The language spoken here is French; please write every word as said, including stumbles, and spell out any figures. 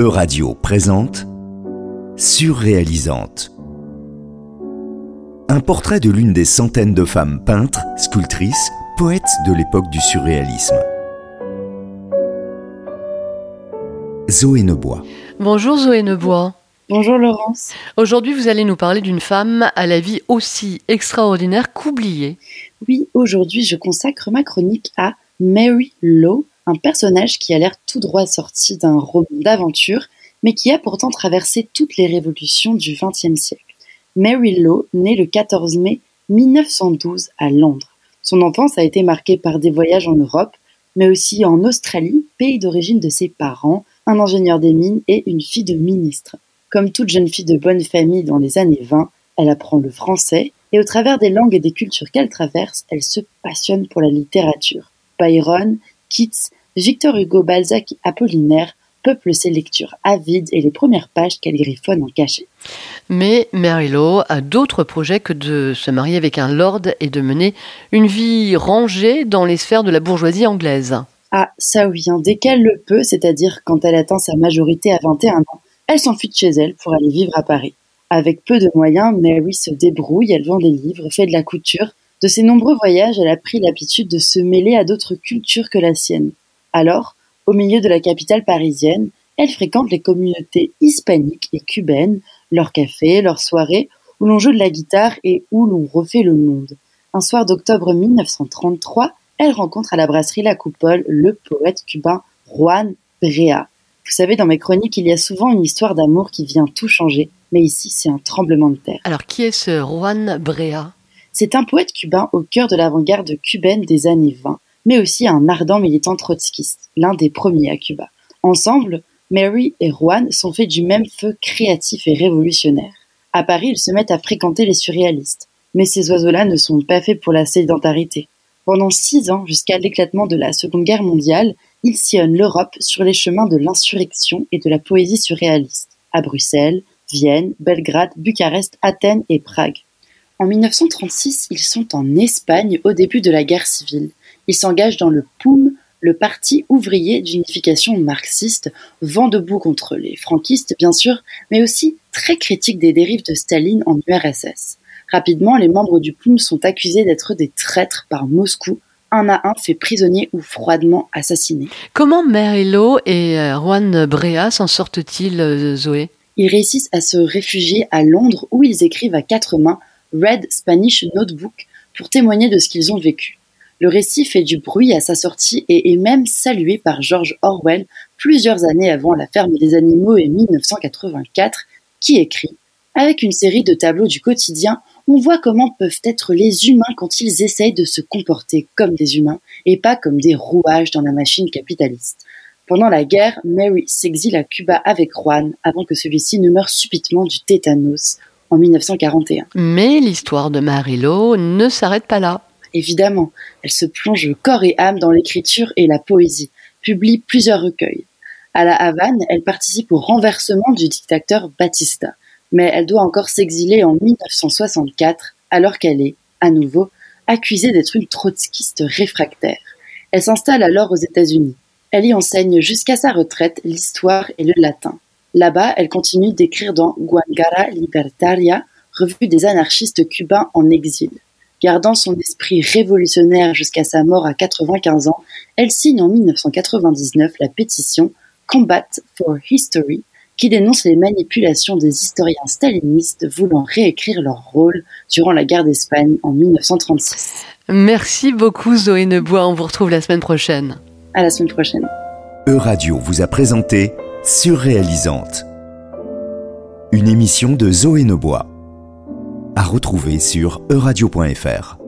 Euradio présente Surréalisante. Un portrait de l'une des centaines de femmes peintres, sculptrices, poètes de l'époque du surréalisme. Zoé Neubois. Bonjour Zoé Neubois. Bonjour Laurence. Aujourd'hui, vous allez nous parler d'une femme à la vie aussi extraordinaire qu'oubliée. Oui, aujourd'hui, je consacre ma chronique à Mary Lowe, un personnage qui a l'air tout droit sorti d'un roman d'aventure, mais qui a pourtant traversé toutes les révolutions du vingtième siècle. Mary Lowe naît le quatorze mai mille neuf cent douze à Londres. Son enfance a été marquée par des voyages en Europe, mais aussi en Australie, pays d'origine de ses parents, un ingénieur des mines et une fille de ministre. Comme toute jeune fille de bonne famille dans les années vingt, elle apprend le français et au travers des langues et des cultures qu'elle traverse, elle se passionne pour la littérature. Byron, Keats, Victor Hugo, Balzac et Apollinaire peuplent ses lectures avides et les premières pages qu'elle griffonne en cachet. Mais Mary Lowe a d'autres projets que de se marier avec un lord et de mener une vie rangée dans les sphères de la bourgeoisie anglaise. Ah, ça oui, hein, dès qu'elle le peut, c'est-à-dire quand elle atteint sa majorité à vingt et un ans, elle s'enfuit de chez elle pour aller vivre à Paris. Avec peu de moyens, Mary se débrouille, elle vend des livres, fait de la couture. De ses nombreux voyages, elle a pris l'habitude de se mêler à d'autres cultures que la sienne. Alors, au milieu de la capitale parisienne, elle fréquente les communautés hispaniques et cubaines, leurs cafés, leurs soirées, où l'on joue de la guitare et où l'on refait le monde. Un soir d'octobre mille neuf cent trente-trois, elle rencontre à la brasserie La Coupole le poète cubain Juan Brea. Vous savez, dans mes chroniques, il y a souvent une histoire d'amour qui vient tout changer, mais ici, c'est un tremblement de terre. Alors, qui est ce Juan Brea ? C'est un poète cubain au cœur de l'avant-garde cubaine des années vingt, mais aussi un ardent militant trotskiste, l'un des premiers à Cuba. Ensemble, Mary et Juan sont faits du même feu créatif et révolutionnaire. À Paris, ils se mettent à fréquenter les surréalistes, mais ces oiseaux-là ne sont pas faits pour la sédentarité. Pendant six ans, jusqu'à l'éclatement de la Seconde Guerre mondiale, ils sillonnent l'Europe sur les chemins de l'insurrection et de la poésie surréaliste, à Bruxelles, Vienne, Belgrade, Bucarest, Athènes et Prague. En mille neuf cent trente-six, ils sont en Espagne au début de la guerre civile. Ils s'engagent dans le P O U M, le parti ouvrier d'unification marxiste, vent debout contre les franquistes bien sûr, mais aussi très critique des dérives de Staline en U R S S. Rapidement, les membres du P O U M sont accusés d'être des traîtres par Moscou, un à un fait prisonniers ou froidement assassinés. Comment Mary Lowe et Juan Brea s'en sortent-ils, Zoé ? Ils réussissent à se réfugier à Londres où ils écrivent à quatre mains Red Spanish Notebook pour témoigner de ce qu'ils ont vécu. Le récit fait du bruit à sa sortie et est même salué par George Orwell plusieurs années avant La Ferme des animaux et mille neuf cent quatre-vingt-quatre, qui écrit « Avec une série de tableaux du quotidien, on voit comment peuvent être les humains quand ils essayent de se comporter comme des humains et pas comme des rouages dans la machine capitaliste. » Pendant la guerre, Mary s'exile à Cuba avec Juan avant que celui-ci ne meure subitement du tétanos en mille neuf cent quarante et un. Mais l'histoire de Mary Lowe ne s'arrête pas là. Évidemment, elle se plonge corps et âme dans l'écriture et la poésie, publie plusieurs recueils. À la Havane, elle participe au renversement du dictateur Batista, mais elle doit encore s'exiler en mille neuf cent soixante-quatre, alors qu'elle est, à nouveau, accusée d'être une trotskiste réfractaire. Elle s'installe alors aux États-Unis. Elle y enseigne jusqu'à sa retraite l'histoire et le latin. Là-bas, elle continue d'écrire dans Guangara Libertaria, revue des anarchistes cubains en exil. Gardant son esprit révolutionnaire jusqu'à sa mort à quatre-vingt-quinze ans, elle signe en mille neuf cent quatre-vingt-dix-neuf la pétition Combat for History, qui dénonce les manipulations des historiens stalinistes voulant réécrire leur rôle durant la guerre d'Espagne en mille neuf cent trente-six. Merci beaucoup Zoé Neubois, on vous retrouve la semaine prochaine. À la semaine prochaine. Euradio vous a présenté Surréalisante, une émission de Zoé Neubois, à retrouver sur euradio point f r.